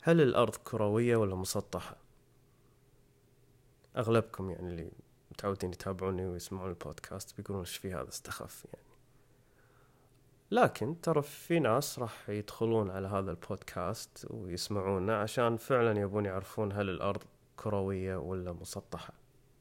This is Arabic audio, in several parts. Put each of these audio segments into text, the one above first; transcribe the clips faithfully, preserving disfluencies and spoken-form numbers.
هل الأرض كروية ولا مسطحة؟ أغلبكم يعني اللي متعودين يتابعوني ويسمعون البودكاست بيقولون إيش في هذا استخف يعني. لكن ترى في ناس راح يدخلون على هذا البودكاست ويسمعونه عشان فعلا يبون يعرفون هل الأرض كروية ولا مسطحة.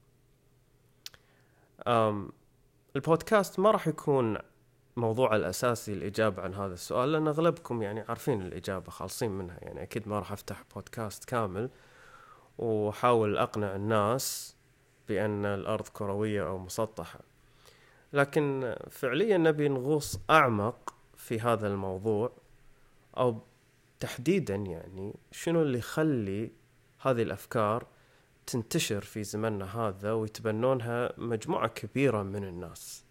أم البودكاست ما راح يكون موضوع الأساسي الإجابة عن هذا السؤال، لأن أغلبكم يعني عارفين الإجابة خالصين منها. يعني أكيد ما راح أفتح بودكاست كامل وحاول أقنع الناس بأن الأرض كروية أو مسطحة، لكن فعليا نبي نغوص أعمق في هذا الموضوع، أو تحديدا يعني شنو اللي يخلي هذه الأفكار تنتشر في زمننا هذا ويتبنونها مجموعة كبيرة من الناس.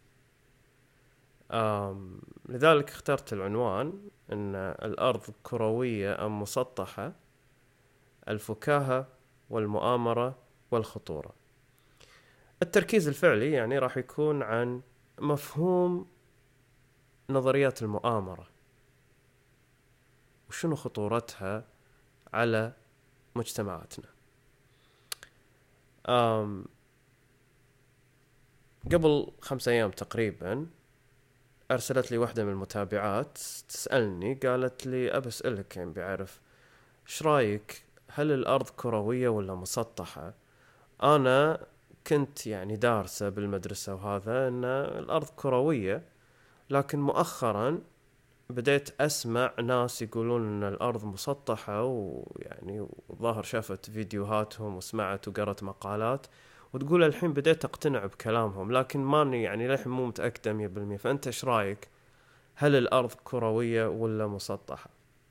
آم لذلك اخترت العنوان أن الأرض كروية أم مسطحة، الفكاهة والمؤامرة والخطورة. التركيز الفعلي يعني راح يكون عن مفهوم نظريات المؤامرة وشنو خطورتها على مجتمعاتنا. آم قبل خمس أيام تقريبا أرسلت لي واحدة من المتابعات تسألني، قالت لي أبى أسألك يعني بعرف إيش رأيك، هل الأرض كروية ولا مسطحة؟ أنا كنت يعني دارسة بالمدرسة وهذا أن الأرض كروية، لكن مؤخرا بديت أسمع ناس يقولون أن الأرض مسطحة، ويعني ظاهر شافت فيديوهاتهم وسمعت وقرأت مقالات وتقول الحين بديت أقتنع بكلامهم، لكن ماني يعني للحين مو متأكدة مية بالمية. فأنت إيش رأيك، هل الأرض كروية ولا مسطحة؟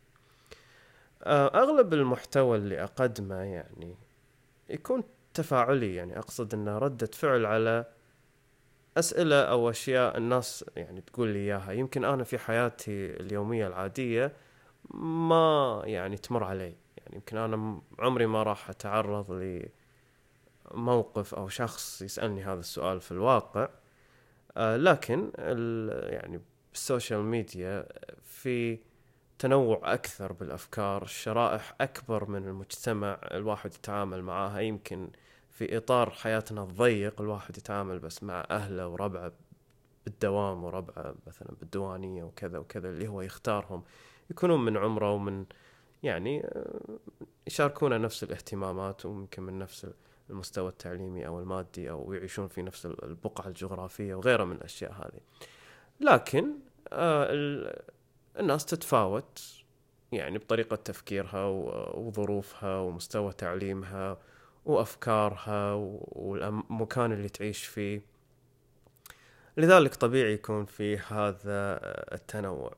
أغلب المحتوى اللي أقدمه يعني يكون تفاعلي، يعني أقصد أنه ردة فعل على أسئلة أو أشياء الناس يعني تقول لي إياها، يمكن أنا في حياتي اليومية العادية ما يعني تمر علي. يعني يمكن أنا عمري ما راح أتعرض لموقف أو شخص يسألني هذا السؤال في الواقع، آه لكن يعني بالسوشيال ميديا في تنوع أكثر بالأفكار، الشرائح أكبر من المجتمع الواحد يتعامل معها. يمكن في إطار حياتنا الضيق الواحد يتعامل بس مع أهله وربعه بالدوام وربعه مثلا بالديوانية وكذا وكذا اللي هو يختارهم، يكونون من عمره ومن يعني يشاركون نفس الاهتمامات وممكن من نفس المستوى التعليمي أو المادي، أو يعيشون في نفس البقعة الجغرافية وغيرها من الأشياء هذه. لكن آه الناس تتفاوت يعني بطريقة تفكيرها وظروفها ومستوى تعليمها وأفكارها والمكان اللي تعيش فيه، لذلك طبيعي يكون في هذا التنوع.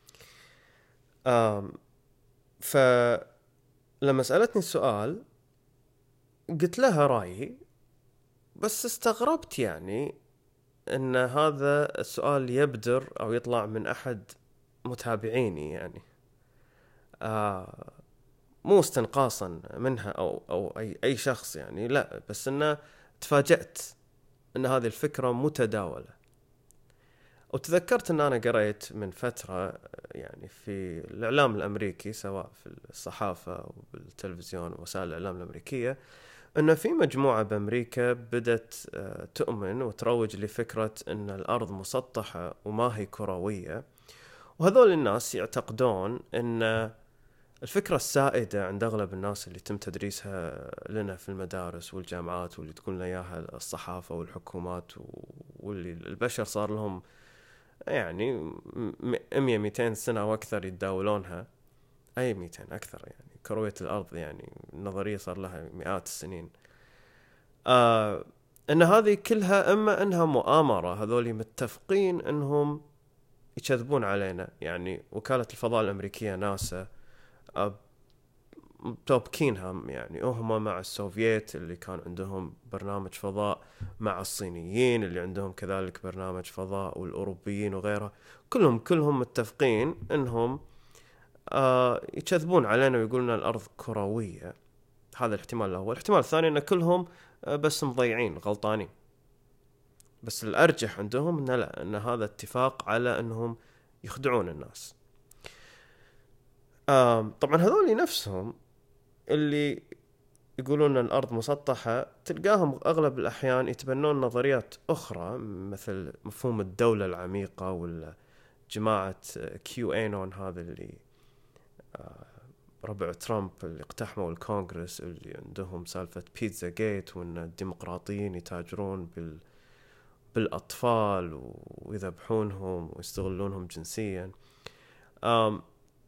آم فلما سألتني السؤال قلت لها رأيي، بس استغربت يعني أن هذا السؤال يبدر أو يطلع من أحد متابعيني، يعني آه مو استنقاصا منها أو, أو أي, أي شخص يعني، لا، بس أنه تفاجأت أن هذه الفكرة متداولة. وتذكرت أن أنا قرأت من فترة يعني في الإعلام الأمريكي سواء في الصحافة والتلفزيون ووسائل الإعلام الأمريكية أن في مجموعة بأمريكا بدت تؤمن وتروج لفكرة أن الأرض مسطحة وما هي كروية، وهذول الناس يعتقدون أن الفكرة السائدة عند أغلب الناس اللي تم تدريسها لنا في المدارس والجامعات واللي تقول لنا إياها الصحافة والحكومات واللي البشر صار لهم يعني مية ميتين سنة أو أكثر يتداولونها، أي ميتين أكثر، يعني كروية الأرض يعني النظرية صار لها مئات السنين. آه إن هذه كلها إما إنها مؤامرة، هذول متفقين إنهم يكذبون علينا. يعني وكالة الفضاء الأمريكية ناسا توبكينها يعني هم مع السوفييت اللي كان عندهم برنامج فضاء، مع الصينيين اللي عندهم كذلك برنامج فضاء، والأوروبيين وغيرها، كلهم كلهم متفقين إنهم آه يكذبون علينا ويقولون الأرض كروية. هذا الاحتمال الأول. الاحتمال الثاني إن كلهم آه بس مضيعين غلطانين، بس الأرجح عندهم إن لا، إن هذا اتفاق على إنهم يخدعون الناس. آه طبعا هذول نفسهم اللي يقولون الأرض مسطحة تلقاهم أغلب الأحيان يتبنون نظريات أخرى مثل مفهوم الدولة العميقة، ولا جماعة كيو أنون هذا اللي ربع ترامب اللي اقتحموا الكونغرس، اللي عندهم سالفة بيتزا جيت، وأن الديمقراطيين يتاجرون بال بالأطفال ويذبحونهم ويستغلونهم جنسيا. أم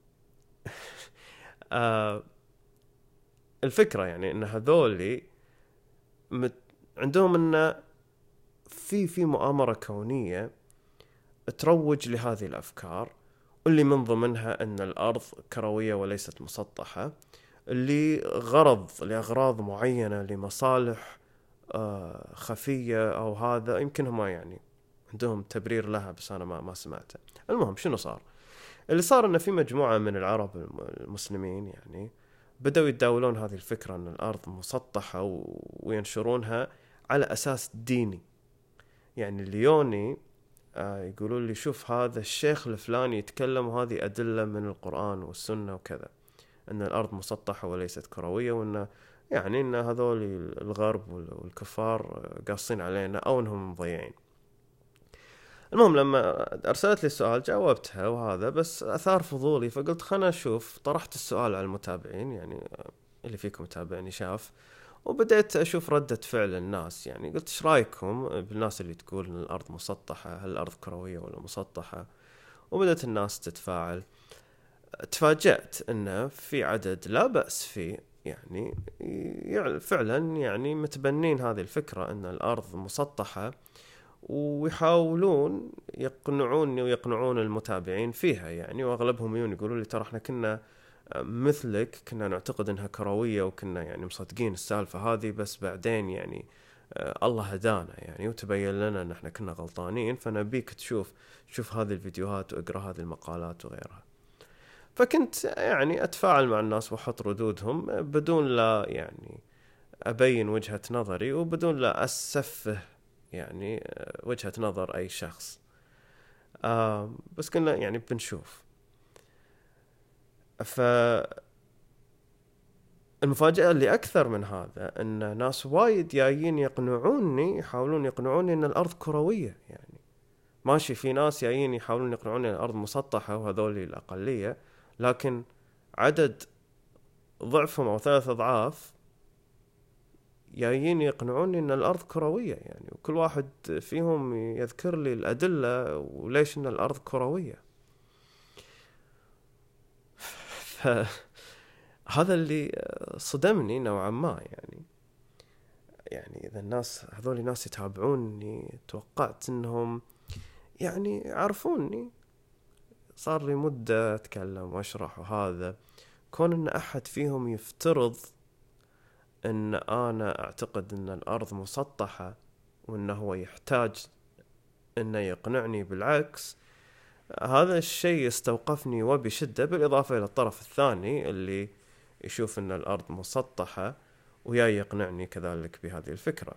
أه الفكرة يعني ان هذولي مت عندهم ان في في مؤامرة كونية تروج لهذه الافكار، اللي من ضمنها ان الارض كروية وليست مسطحة، اللي غرض لاغراض معينة لمصالح آه خفية، او هذا يمكن هم يعني عندهم تبرير لها بس انا ما ما سمعته. المهم شنو صار؟ اللي صار ان في مجموعة من العرب المسلمين يعني بدأوا يتداولون هذه الفكرة أن الأرض مسطحة وينشرونها على أساس ديني. يعني اليوني آه يقولون لي شوف هذا الشيخ الفلاني يتكلم وهذه أدلة من القرآن والسنة وكذا أن الأرض مسطحة وليست كروية، وأن يعني أن هذول الغرب والكفار قاصين علينا أو أنهم مضيعين. المهم لما أرسلت لي السؤال جاوبتها وهذا، بس أثار فضولي فقلت خلنا أشوف. طرحت السؤال على المتابعين، يعني اللي فيكم متابعني شاف، وبدأت أشوف ردة فعل الناس. يعني قلت إيش رأيكم بالناس اللي تقول إن الأرض مسطحة، هل الأرض كروية ولا مسطحة؟ وبدأت الناس تتفاعل. تفاجأت إنه في عدد لا بأس فيه، يعني فعلا يعني متبنين هذه الفكرة أن الأرض مسطحة، ويحاولون يقنعوني ويقنعون المتابعين فيها. يعني واغلبهم يون يقولوا لي ترى احنا كنا مثلك، كنا نعتقد انها كروية وكنا يعني مصدقين السالفة هذه، بس بعدين يعني آه الله هدانا يعني وتبين لنا ان احنا كنا غلطانين، فنبيك تشوف شوف هذه الفيديوهات واقرأ هذه المقالات وغيرها. فكنت يعني اتفاعل مع الناس واحط ردودهم بدون لا يعني ابين وجهة نظري، وبدون لا اسفه يعني وجهة نظر أي شخص. آه بس كنا يعني بنشوف. فالمفاجأة اللي أكثر من هذا أن ناس وايد جايين يقنعوني، يحاولون يقنعوني أن الأرض كروية. يعني ماشي في ناس جايين يحاولون يقنعوني أن الأرض مسطحة، وهذول الأقلية، لكن عدد ضعفهم أو ثلاث أضعاف جايين يقنعوني ان الارض كروية. يعني وكل واحد فيهم يذكر لي الادلة وليش ان الارض كروية. هذا اللي صدمني نوعا ما. يعني يعني اذا الناس هذول ناس يتابعوني توقعت انهم يعني يعرفوني، صار لي مدة اتكلم واشرح، وهذا كون ان احد فيهم يفترض ان انا اعتقد ان الارض مسطحة وانه هو يحتاج انه يقنعني بالعكس، هذا الشيء استوقفني وبشدة. بالاضافة الى الطرف الثاني اللي يشوف ان الارض مسطحة ويا يقنعني كذلك بهذه الفكرة.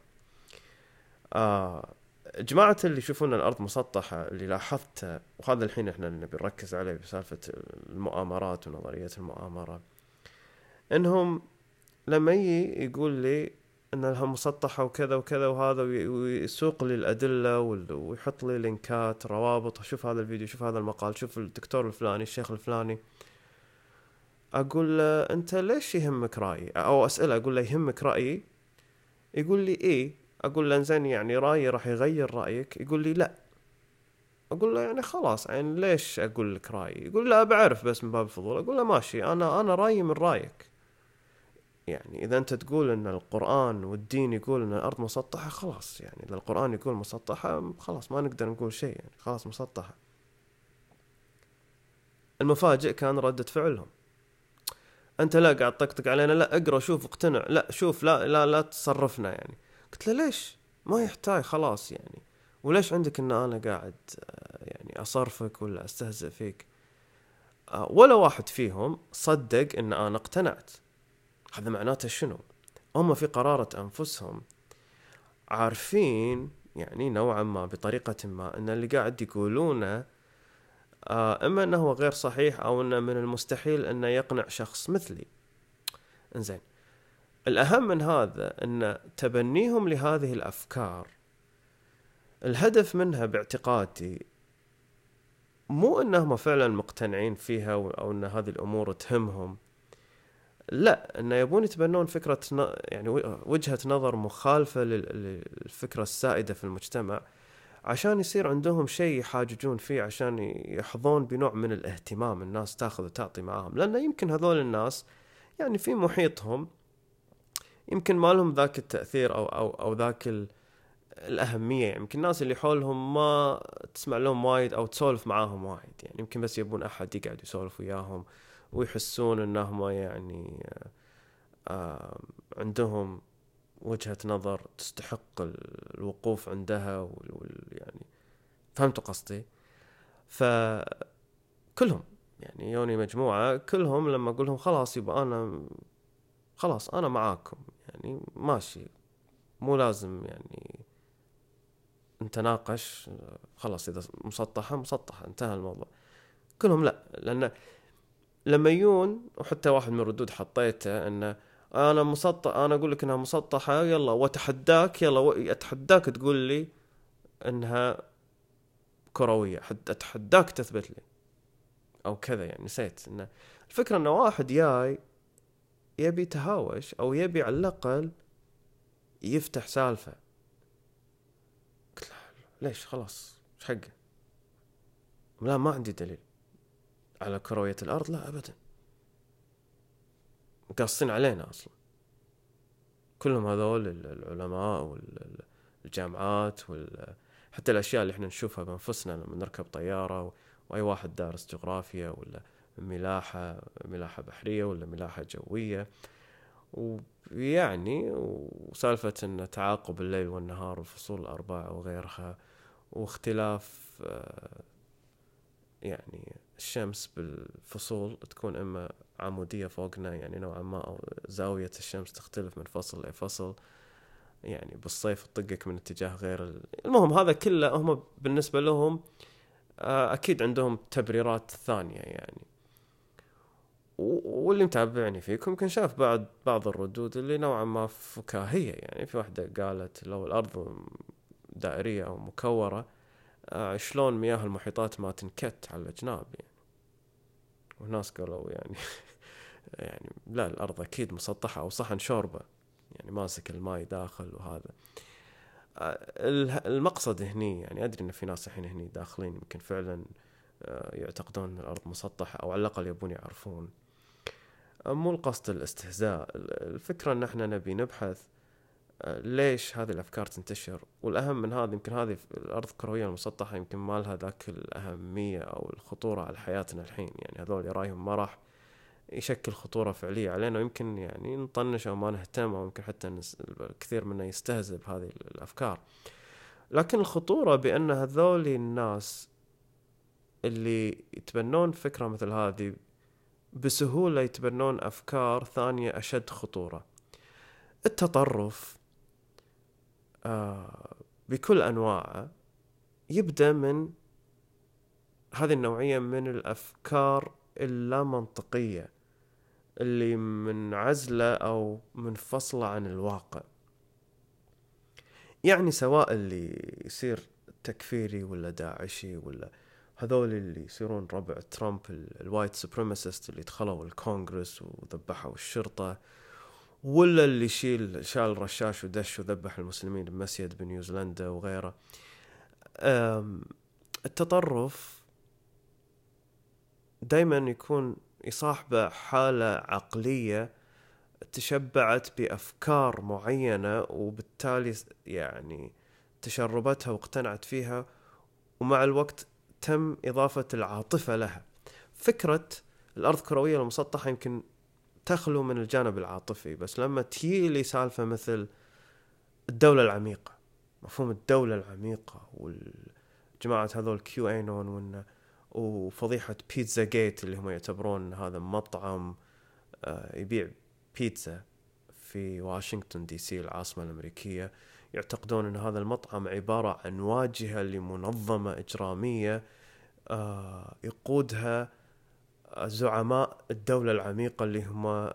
آه جماعة اللي يشوفون الارض مسطحة اللي لاحظته، وهذا الحين احنا نبي نركز عليه بسالفة المؤامرات ونظرية المؤامرة، انهم لما يجي يقول لي ان لها مسطحة وكذا وكذا وهذا، ويسوق لي الادلة ويحط لي لينكات روابط، شوف هذا الفيديو، شوف هذا المقال، شوف الدكتور الفلاني، الشيخ الفلاني، اقول له انت ليش يهمك رأيي؟ او اسأله اقول له يهمك رأيي؟ يقول لي ايه. اقول له انزين يعني رأيي راح يغير رأيك؟ يقول لي لا. اقول له يعني خلاص يعني ليش اقول لك رأيي؟ يقول لا بعرف بس من باب الفضول. اقول له ماشي، انا انا رأيي من رأيك. يعني إذا أنت تقول أن القرآن والدين يقول أن الأرض مسطحة، خلاص يعني إذا القرآن يقول مسطحة خلاص ما نقدر نقول شيء، يعني خلاص مسطحة. المفاجئ كان ردة فعلهم، أنت لا قاعد تطقطق علينا، لا اقرأ شوف اقتنع، لا شوف لا لا لا تصرفنا. يعني قلت له ليش؟ ما يحتاج خلاص يعني، وليش عندك أن أنا قاعد يعني أصرفك ولا أستهزئ فيك؟ ولا واحد فيهم صدق أن أنا اقتنعت. هذا معناته شنو؟ هم في قرارة أنفسهم عارفين يعني نوعا ما بطريقة ما أن اللي قاعد يقولونه آه إما أنه غير صحيح، أو أنه من المستحيل أنه يقنع شخص مثلي. انزين، الأهم من هذا أن تبنيهم لهذه الأفكار الهدف منها باعتقادي مو أنهم فعلا مقتنعين فيها أو أن هذه الأمور تهمهم، لا، أن يبون يتبنون فكرة يعني وجهة نظر مخالفة للفكرة السائدة في المجتمع عشان يصير عندهم شيء يحاججون فيه، عشان يحظون بنوع من الاهتمام، الناس تاخذ وتعطي معاهم. لأن يمكن هذول الناس يعني في محيطهم يمكن ما لهم ذاك التأثير أو أو أو ذاك الأهمية، يمكن الناس اللي حولهم ما تسمع لهم وايد أو تسولف معاهم وايد، يعني يمكن بس يبون أحد يقعد يسولف وياهم ويحسون أنهم يعني آه عندهم وجهة نظر تستحق الوقوف عندها وال يعني فهمتوا قصدي؟ فكلهم يعني يوني مجموعة كلهم لما أقول لهم خلاص يبقى أنا خلاص أنا معاكم يعني ماشي، مو لازم يعني نتناقش، خلاص إذا مسطحة مسطحة انتهى الموضوع. كلهم لا، لأن لما يون وحتى واحد من الردود حطيته أنه أنا مسطح، أنا أقول لك أنها مسطحة يلا وتحداك، يلا أتحداك تقول لي أنها كروية، أتحداك تثبت لي أو كذا، يعني نسيت أنه الفكرة أنه واحد جاي يبي تهاوش أو يبي على الأقل يفتح سالفة. قلت له ليش؟ خلاص ايش حقه؟ لا ما عندي دليل على كروية الأرض، لا أبدا، قاصين علينا أصلا كلهم هذول العلماء والجامعات وحتى الأشياء اللي احنا نشوفها بأنفسنا لما نركب طيارة، وأي واحد دارس جغرافيا ولا ملاحة ملاحة بحرية ولا ملاحة جوية، ويعني وسالفة أن تعاقب الليل والنهار وفصول الأرباع وغيرها، واختلاف يعني الشمس بالفصول تكون إما عمودية فوقنا يعني نوعا ما، أو زاوية الشمس تختلف من فصل لفصل، يعني بالصيف تطقك من اتجاه غير ال... المهم هذا كله هم بالنسبة لهم أكيد عندهم تبريرات ثانية يعني. واللي متابعني فيكم كان شاف بعد بعض الردود اللي نوعا ما فكاهية، يعني في واحدة قالت لو الأرض دائرية أو مكورة شلون مياه المحيطات ما تنكت على الأجناب يعني، وناس قالوا يعني يعني لا الأرض أكيد مسطحة أو صحن شوربة يعني ماسك الماء داخل. وهذا المقصد هني، يعني أدري إن في ناس الحين هني داخلين يمكن فعلا يعتقدون أن الأرض مسطحة أو على الأقل يبون يعرفون، مو القصد الاستهزاء، الفكرة أن احنا نبي نبحث ليش هذه الأفكار تنتشر. والأهم من هذا يمكن هذه الأرض الكروية المسطحة يمكن ما لها ذاك الأهمية أو الخطورة على حياتنا الحين، يعني هذول رأيهم ما راح يشكل خطورة فعلية علينا، ويمكن يعني نطنش أو ما نهتم، أو يمكن حتى كثير منا يستهزئ بهذه الأفكار. لكن الخطورة بأن هذول الناس اللي يتبنون فكرة مثل هذه بسهولة يتبنون أفكار ثانية أشد خطورة. التطرف آه بكل أنواعه يبدأ من هذه النوعية من الأفكار اللا منطقية اللي منعزلة أو منفصلة عن الواقع. يعني سواء اللي يصير تكفيري ولا داعشي ولا هذول اللي يصيرون ربع ترامب الوايت سوبريماسيست اللي دخلوا الكونغرس وذبحوا الشرطة، ولا اللي شيل شال رشاش ودش وذبح المسلمين بمسيد بنيوزيلندا وغيره. التطرف دايما يكون يصاحبه حالة عقلية تشبعت بأفكار معينة، وبالتالي يعني تشربتها واقتنعت فيها، ومع الوقت تم إضافة العاطفة لها. فكرة الأرض كروية المسطحة يمكن تخلو من الجانب العاطفي، بس لما تيجي لي سالفة مثل الدولة العميقة، مفهوم الدولة العميقة والجماعة هذول كيو اينون وإن وفضيحة بيتزا جيت اللي هم يعتبرون هذا مطعم يبيع بيتزا في واشنطن دي سي العاصمة الأمريكية، يعتقدون أن هذا المطعم عبارة عن واجهة لمنظمة إجرامية يقودها زعماء الدولة العميقة اللي هم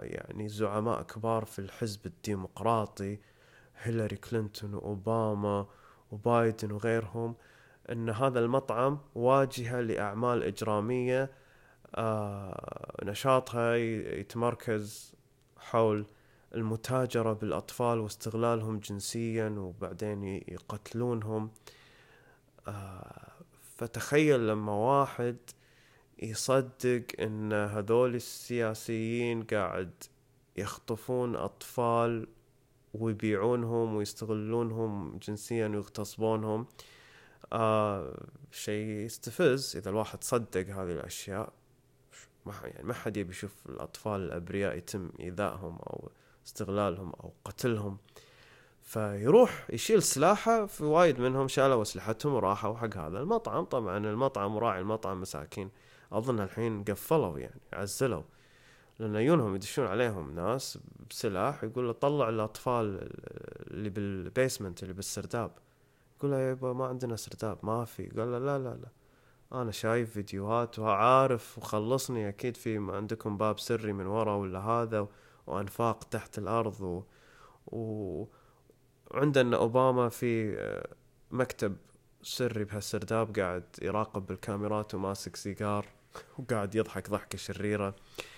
يعني زعماء كبار في الحزب الديمقراطي، هيلاري كلينتون وأوباما وبايدن وغيرهم، أن هذا المطعم واجهة لأعمال إجرامية آه نشاطها يتمركز حول المتاجرة بالأطفال واستغلالهم جنسيا وبعدين يقتلونهم. آه فتخيل لما واحد يصدق ان هذول السياسيين قاعد يخطفون أطفال ويبيعونهم ويستغلونهم جنسيا ويغتصبونهم. آه شيء يستفز إذا الواحد صدق هذه الأشياء. ما يعني ما حد يبي يشوف الأطفال الأبرياء يتم إيذائهم أو استغلالهم أو قتلهم. فيروح يشيل سلاحه، في وايد منهم شالوا أسلحتهم وراحوا حق هذا المطعم. طبعا المطعم وراعي المطعم مساكين أظن الحين قفلوا يعني عزلوا، لأن يونهم يدشون عليهم ناس بسلاح يقول له طلع الأطفال اللي بالبيسمنت اللي بالسرداب. يقول له يابا ما عندنا سرداب ما في. قال له لا لا لا أنا شايف فيديوهات وعارف وخلصني أكيد في ما عندكم باب سري من ورا ولا هذا وأنفاق تحت الأرض و... و... وعندنا أوباما في مكتب سري بهالسرداب قاعد يراقب بالكاميرات وماسك سيجار وقاعد يضحك ضحكة شريرة.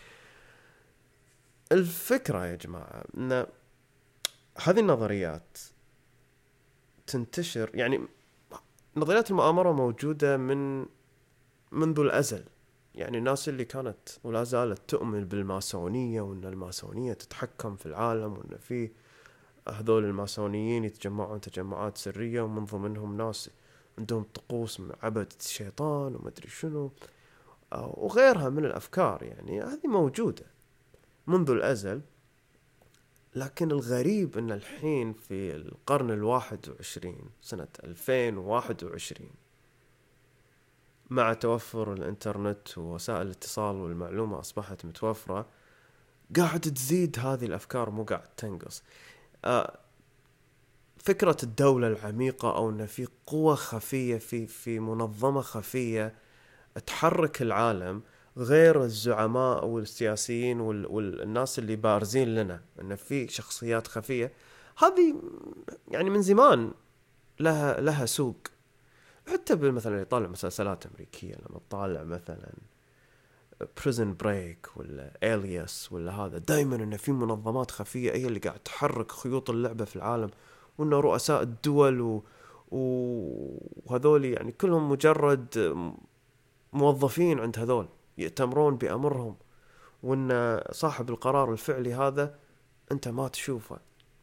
الفكرة يا جماعة أن هذه النظريات تنتشر، يعني نظريات المؤامرة موجودة من منذ الأزل. يعني الناس اللي كانت ولا زالت تؤمن بالماسونية وأن الماسونية تتحكم في العالم وأن في هذول الماسونيين يتجمعون تجمعات سرية ومن ضمنهم ناس عندهم طقوس من عبد الشيطان ومدري شنو وغيرها من الأفكار، يعني هذه موجودة منذ الأزل. لكن الغريب أن الحين في القرن الواحد وعشرين سنة ألفين وواحد وعشرين مع توفر الانترنت ووسائل الاتصال والمعلومة أصبحت متوفرة، قاعد تزيد هذه الأفكار مو قاعد تنقص. آه فكرة الدولة العميقة أو أن في قوة خفية في في منظمة خفية تحرك العالم غير الزعماء والسياسيين والناس اللي بارزين لنا، أن في شخصيات خفية هذه يعني من زمان لها لها سوق. حتى مثلا يطالع مسلسلات أمريكية لما تطالع مثلا بريزن بريك ولا إلياس ولا هذا، دايما أن في منظمات خفية هي اللي قاعد تحرك خيوط اللعبة في العالم، وأن رؤساء الدول و... وهذول يعني كلهم مجرد موظفين عند هذول يأتمرون بأمرهم، وأن صاحب القرار الفعلي هذا أنت ما تشوفه.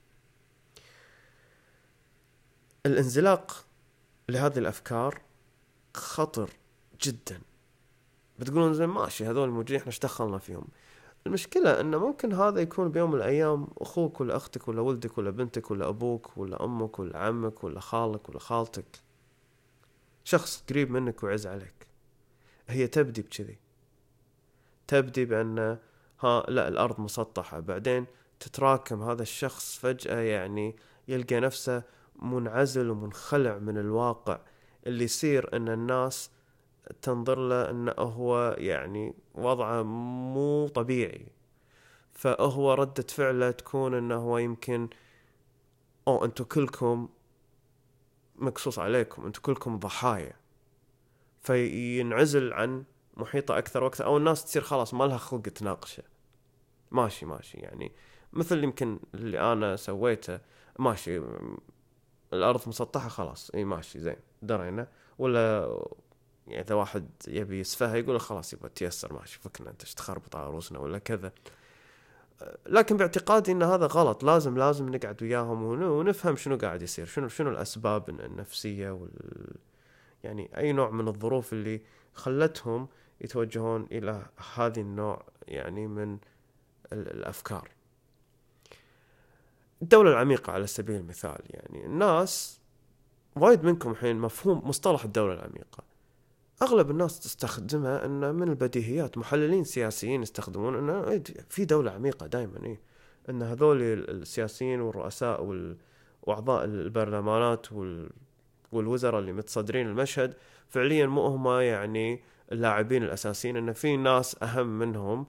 الانزلاق لهذه الأفكار خطر جدا. بتقولون زي ماشي هذول الموجودين احنا اشتغلنا فيهم. المشكلة أنه ممكن هذا يكون بيوم من الأيام أخوك ولا أختك ولا ولدك ولا بنتك ولا أبوك ولا أمك ولا عمك ولا خالك ولا خالتك، شخص قريب منك وعز عليك. هي تبدي بكذي، تبدي بأن ها لا الأرض مسطحة، بعدين تتراكم هذا الشخص فجأة يعني يلقى نفسه منعزل ومنخلع من الواقع، اللي يصير أن الناس تنظر له أنه هو يعني وضعه مو طبيعي، فهو ردة فعله تكون أنه هو يمكن أو أنتوا كلكم مقصوص عليكم، أنتوا كلكم ضحايا، فينعزل عن محيطه أكثر وأكثر، أو الناس تصير خلاص ما لها خلق تناقشه. ماشي ماشي يعني مثل يمكن اللي أنا سويته، ماشي الأرض مسطحة خلاص إيه ماشي زين درينا، ولا يعني إذا واحد يبي يسفها يقول خلاص يبقى تيسر ماشي فكنا أنت تخربط على روسنا ولا كذا. لكن باعتقادي إن هذا غلط، لازم لازم نقعد وياهم ونفهم شنو قاعد يصير، شنو شنو الأسباب النفسية وال يعني أي نوع من الظروف اللي خلتهم يتوجهون إلى هذه النوع يعني من الأفكار. الدولة العميقة على سبيل المثال، يعني الناس وايد منكم حين مفهوم مصطلح الدولة العميقة أغلب الناس تستخدمها أن من البديهيات، محللين سياسيين يستخدمون أن في دولة عميقة دائما إيه أن هذول السياسيين والرؤساء وأعضاء البرلمانات والوزراء اللي متصدرين المشهد فعليا مو هم يعني اللاعبين الأساسيين، أن في ناس أهم منهم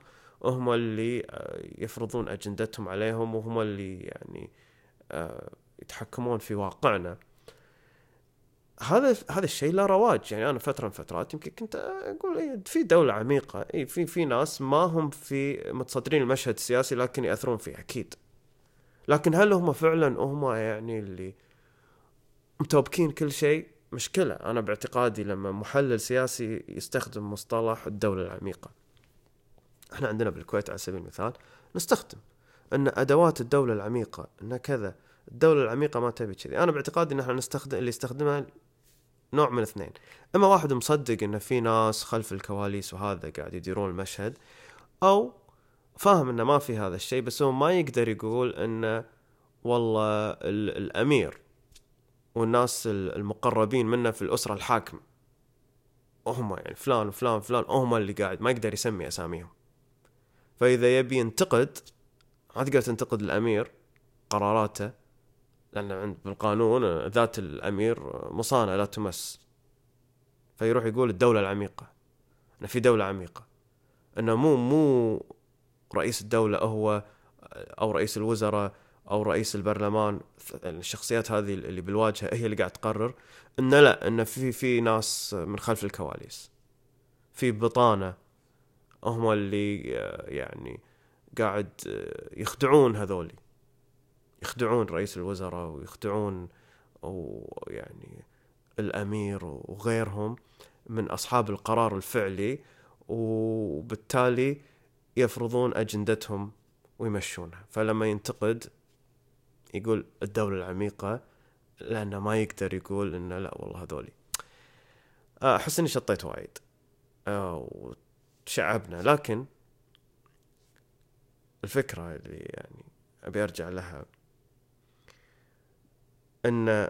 هم اللي يفرضون أجندتهم عليهم، وهم اللي يعني يتحكمون في واقعنا. هذا هذا الشيء لا رواج. يعني أنا فترة من فترات يمكن كنت أقول إيه في دولة عميقة، إيه في في ناس ما هم في متصدرين المشهد السياسي لكن يأثرون فيه أكيد. لكن هل هم فعلا هم يعني اللي متوبكين كل شيء؟ مشكلة. أنا باعتقادي لما محلل سياسي يستخدم مصطلح الدولة العميقة، احنا عندنا بالكويت على سبيل المثال نستخدم ان ادوات الدولة العميقة ان كذا، الدولة العميقة ما تبي كذي. انا باعتقادي ان احنا نستخدم اللي يستخدمها نوع من اثنين: اما واحد مصدق ان في ناس خلف الكواليس وهذا قاعد يديرون المشهد، او فاهم انه ما في هذا الشيء بس هو ما يقدر يقول انه والله الامير والناس المقربين منه في الاسرة الحاكمة هم يعني فلان وفلان وفلان هم اللي قاعد ما يقدر يسمي اساميهم. فإذا يبي ينتقد ما تقدر تنتقد الأمير قراراته، لأن عند بالقانون ذات الأمير مصانة لا تمس. فيروح يقول الدولة العميقة، أن في دولة عميقة، أنه مو مو رئيس الدولة هو أو رئيس الوزراء أو رئيس البرلمان، الشخصيات هذه اللي بالواجهة هي اللي قاعد تقرر. إن لا، إن في في ناس من خلف الكواليس، في بطانة هم اللي يعني قاعد يخدعون هذولي، يخدعون رئيس الوزراء ويخدعون أو يعني الأمير وغيرهم من أصحاب القرار الفعلي، وبالتالي يفرضون أجندتهم ويمشونها. فلما ينتقد يقول الدولة العميقة، لأنه ما يقدر يقول إنه لا والله هذولي. أحس إني شطيت وايد وشعبنا، لكن الفكرة اللي يعني أبي أرجع لها أن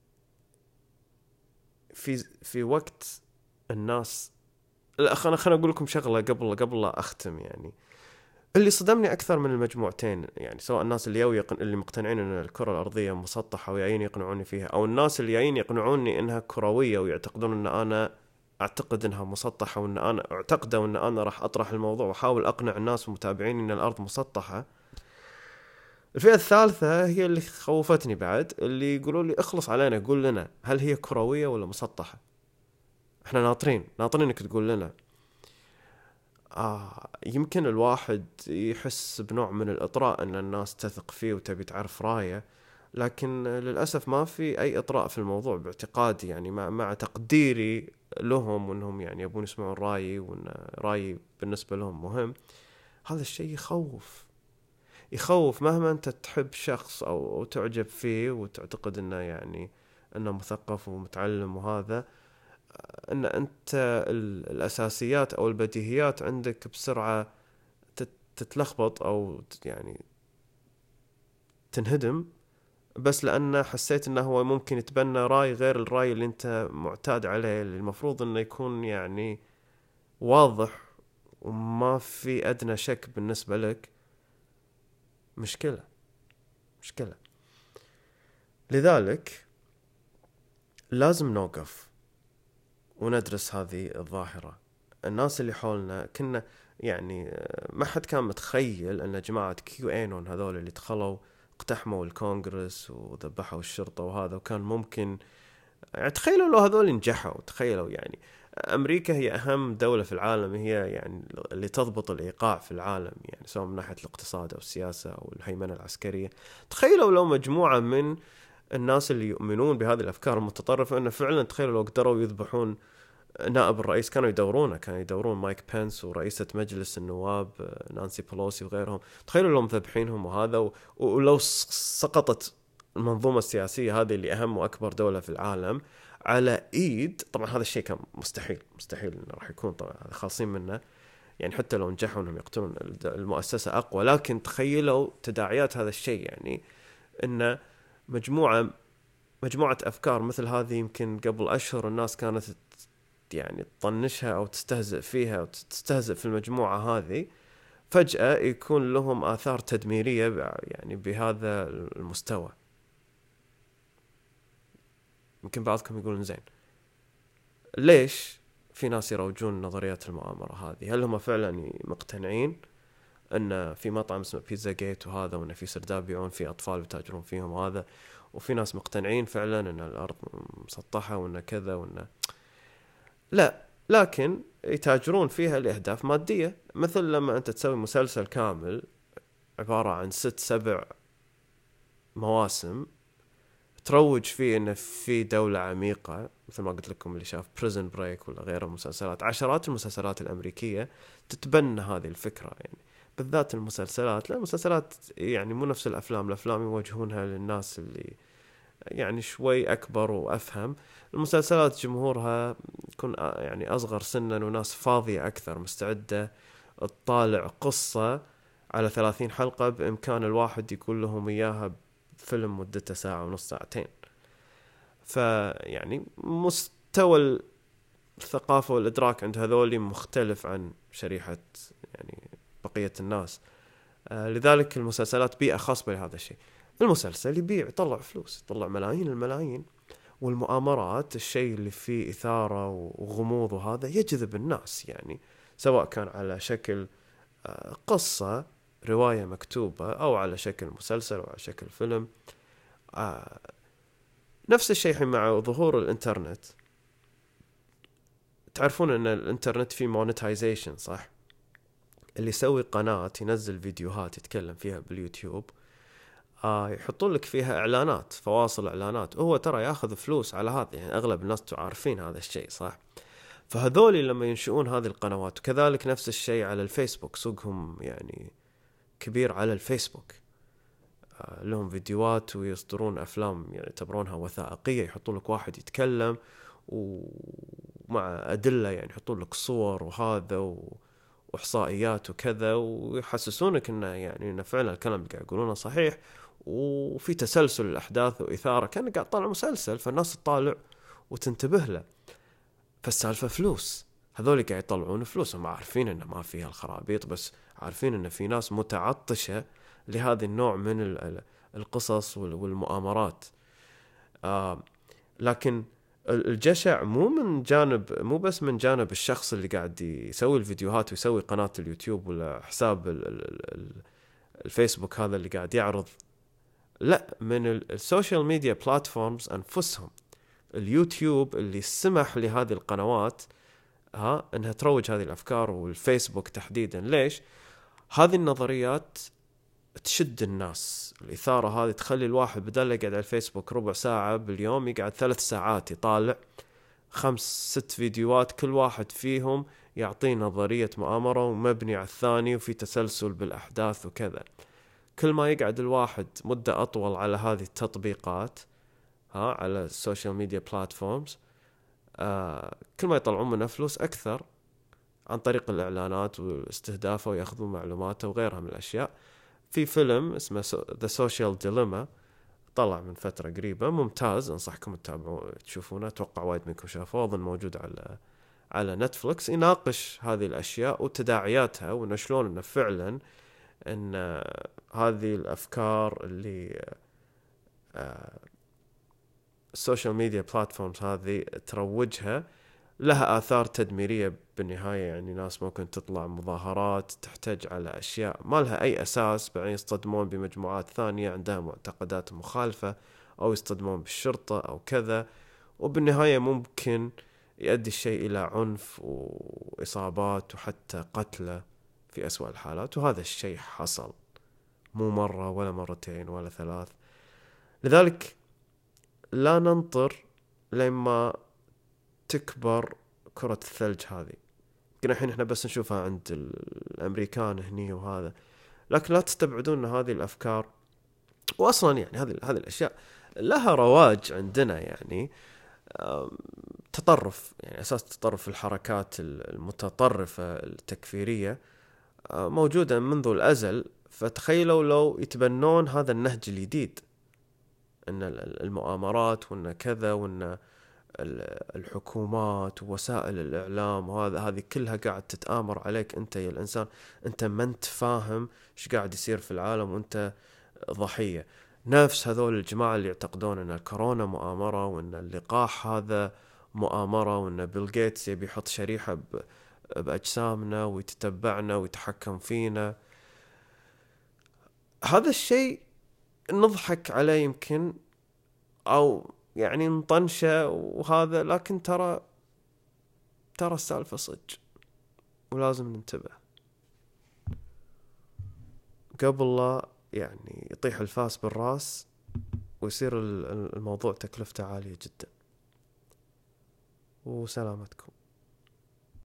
في في وقت الناس، لا خلنا خلنا أقول لكم شغلة قبل قبل لا أختم. يعني اللي صدمني أكثر من المجموعتين، يعني سواء الناس اللي يقن اللي مقتنعين أن الكرة الأرضية مسطحة ويعين يقنعوني فيها، أو الناس اللي يعين يقنعوني أنها كروية ويعتقدون أن أنا أعتقد أنها مسطحة، وأن أنا أعتقد أن أنا راح أطرح الموضوع وأحاول أقنع الناس ومتابعين أن الأرض مسطحة. الفئة الثالثة هي اللي خوفتني بعد، اللي يقولوا لي اخلص علينا، قول لنا هل هي كروية ولا مسطحة، احنا ناطرين ناطرين انك تقول لنا. آه يمكن الواحد يحس بنوع من الإطراء ان الناس تثق فيه وتبي تعرف رايه، لكن للأسف ما في أي إطراء في الموضوع باعتقادي. يعني مع, مع تقديري لهم وأنهم يعني يبون يسمعون رأيي وأن رأيي بالنسبة لهم مهم، هذا الشيء يخوف يخوف. مهما أنت تحب شخص أو تعجب فيه وتعتقد أنه يعني أنه مثقف ومتعلم وهذا، أن أنت الأساسيات أو البديهيات عندك بسرعة تتلخبط أو يعني تنهدم، بس لأنه حسيت أنه هو ممكن يتبنى رأي غير الرأي اللي أنت معتاد عليه، اللي المفروض أنه يكون يعني واضح وما في أدنى شك بالنسبة لك. مشكلة مشكلة. لذلك لازم نوقف وندرس هذه الظاهرة. الناس اللي حولنا كنا يعني ما حد كان متخيل أن جماعة كيو إنون هذول اللي دخلوا اقتحموا الكونغرس وذبحوا الشرطة وهذا، وكان ممكن يعني تخيلوا لو هذول نجحوا، تخيلوا يعني أمريكا هي أهم دولة في العالم، هي يعني اللي تضبط الإيقاع في العالم، يعني سواء من ناحية الاقتصاد أو السياسة أو الهيمنة العسكرية. تخيلوا لو مجموعة من الناس اللي يؤمنون بهذه الأفكار المتطرفة أنه فعلا، تخيلوا لو قدروا يذبحون نائب الرئيس، كانوا يدورونه كانوا يدورون مايك بنس ورئيسة مجلس النواب نانسي بلوسي وغيرهم، تخيلوا لو مذبحينهم وهذا، ولو سقطت المنظومة السياسية هذه اللي أهم وأكبر دولة في العالم على إيد. طبعا هذا الشيء كان مستحيل مستحيل إنه راح يكون، طبعا هذا خالصين منه. يعني حتى لو نجحوا إنهم يقتلون المؤسسة أقوى، لكن تخيلوا تداعيات هذا الشيء. يعني إن مجموعة مجموعة أفكار مثل هذه يمكن قبل أشهر الناس كانت يعني تطنشها أو تستهزئ فيها أو تستهزئ في المجموعة هذه، فجأة يكون لهم آثار تدميرية يعني بهذا المستوى. يمكن بعضكم يقولون زين ليش في ناس يروجون نظريات المؤامرة هذه؟ هل هم فعلا مقتنعين ان في مطعم اسمه بيتزا جيت وهذا، وان في سرداب يبيعون فيه اطفال بتاجرون فيهم وهذا، وفي ناس مقتنعين فعلا ان الارض مسطحه وان كذا وان لا، لكن يتاجرون فيها لاهداف ماديه. مثل لما انت تسوي مسلسل كامل عباره عن ست سبع مواسم تروج فيه انه في دولة عميقة، مثل ما قلت لكم اللي شاف بريزن بريك ولا غيره مسلسلات، عشرات المسلسلات الامريكية تتبنى هذه الفكرة يعني. بالذات المسلسلات، لا المسلسلات يعني مو نفس الافلام، الافلام يوجهونها للناس اللي يعني شوي اكبر وافهم. المسلسلات جمهورها يكون يعني اصغر سنا وناس فاضية اكثر، مستعدة تطالع قصة على ثلاثين حلقة بامكان الواحد يقول لهم اياها فيلم مدته ساعة ونص ساعتين. فيعني مستوى الثقافة والإدراك عند هذول مختلف عن شريحة يعني بقية الناس. آه لذلك المسلسلات بيئة خاصة بهذا الشيء. المسلسل يبيع، يطلع فلوس، يطلع ملايين الملايين. والمؤامرات الشيء اللي فيه إثارة وغموض وهذا يجذب الناس، يعني سواء كان على شكل آه قصة رواية مكتوبة أو على شكل مسلسل أو على شكل فيلم. آه نفس الشيء مع ظهور الانترنت. تعرفون ان الانترنت فيه مونتايزيشن صح؟ اللي يسوي قناة ينزل فيديوهات يتكلم فيها باليوتيوب، آه يحطون لك فيها اعلانات، فواصل اعلانات، وهو ترى ياخذ فلوس على هذا. يعني اغلب الناس تعرفين هذا الشيء صح؟ فهذولي لما ينشئون هذه القنوات، وكذلك نفس الشيء على الفيسبوك، سوقهم يعني كبير على الفيسبوك. آه لهم فيديوهات ويصدرون افلام يعني يعتبرونها وثائقية، يحطون لك واحد يتكلم ومع أدلة، يعني يحطون لك صور وهذا وإحصائيات وكذا، ويحسسونك إنه يعني إنه فعلا الكلام اللي قاعد يقولونه صحيح، وفي تسلسل الأحداث وإثارة، كأنك قاعد طالع مسلسل، فالناس تطالع وتنتبه له. فالسالفة فلوس، هذول قاعد يطلعون فلوس، هم عارفين إنه ما فيها الخرابيط، بس عارفين إنه في ناس متعطشة لهذا النوع من القصص والمؤامرات. آه لكن الجشع مو من جانب، مو بس من جانب الشخص اللي قاعد يسوي الفيديوهات ويسوي قناة اليوتيوب ولا حساب الفيسبوك هذا اللي قاعد يعرض، لا، من السوشيال ميديا بلاتفورمز أنفسهم. اليوتيوب اللي سمح لهذه القنوات ها انها تروج هذه الأفكار، والفيسبوك تحديدا. ليش؟ هذه النظريات تشد الناس، الإثارة هذه تخلي الواحد بدل يقعد على الفيسبوك ربع ساعة باليوم يقعد ثلاث ساعات يطالع خمس ست فيديوهات، كل واحد فيهم يعطي نظرية مؤامرة ومبني على الثاني، وفي تسلسل بالأحداث وكذا. كل ما يقعد الواحد مدة أطول على هذه التطبيقات ها على السوشيال ميديا بلاتفورمز، آه كل ما يطلعون منه فلوس أكثر عن طريق الإعلانات واستهدافه ويأخذون معلوماته وغيرها من الأشياء. في فيلم اسمه The Social Dilemma طلع من فترة قريبة، ممتاز، أنصحكم تتابعوا تشوفونه، أتوقع وايد منكم شافوه، أظن موجود على على نتفليكس. يناقش هذه الأشياء وتداعياتها، وإنه شلون إنه فعلا إن هذه الأفكار اللي السوشيال ميديا بلاتفورمز هذه تروجها لها آثار تدميرية بالنهاية. يعني ناس ممكن تطلع مظاهرات تحتج على أشياء ما لها أي أساس، بعدين يصطدمون بمجموعات ثانية عندها معتقدات مخالفة، أو يصطدمون بالشرطة أو كذا، وبالنهاية ممكن يؤدي الشيء إلى عنف وإصابات وحتى قتلى في أسوأ الحالات. وهذا الشيء حصل مو مرة ولا مرتين ولا ثلاث. لذلك لا ننطر لما تكبر كرة الثلج هذه. كنا الحين احنا بس نشوفها عند الامريكان هني وهذا، لكن لا تستبعدون ان هذه الافكار واصلا يعني هذه هذه الاشياء لها رواج عندنا. يعني تطرف، يعني اساس تطرف الحركات المتطرفة التكفيرية موجودة منذ الازل. فتخيلوا لو يتبنون هذا النهج الجديد، ان المؤامرات وان كذا وان الحكومات ووسائل الإعلام وهذا هذه كلها قاعد تتآمر عليك أنت يا الإنسان. أنت ما أنت فاهم إيش قاعد يصير في العالم وأنت ضحية. نفس هذول الجماعة اللي يعتقدون أن الكورونا مؤامرة، وأن اللقاح هذا مؤامرة، وأن بيل جيتس يبي يحط شريحة بأجسامنا ويتتبعنا ويتحكم فينا. هذا الشيء نضحك عليه يمكن، او يعني نطنشه وهذا، لكن ترى ترى السالفة صج، ولازم ننتبه قبل لا يعني يطيح الفاس بالراس ويصير الموضوع تكلفته عالية جدا. وسلامتكم.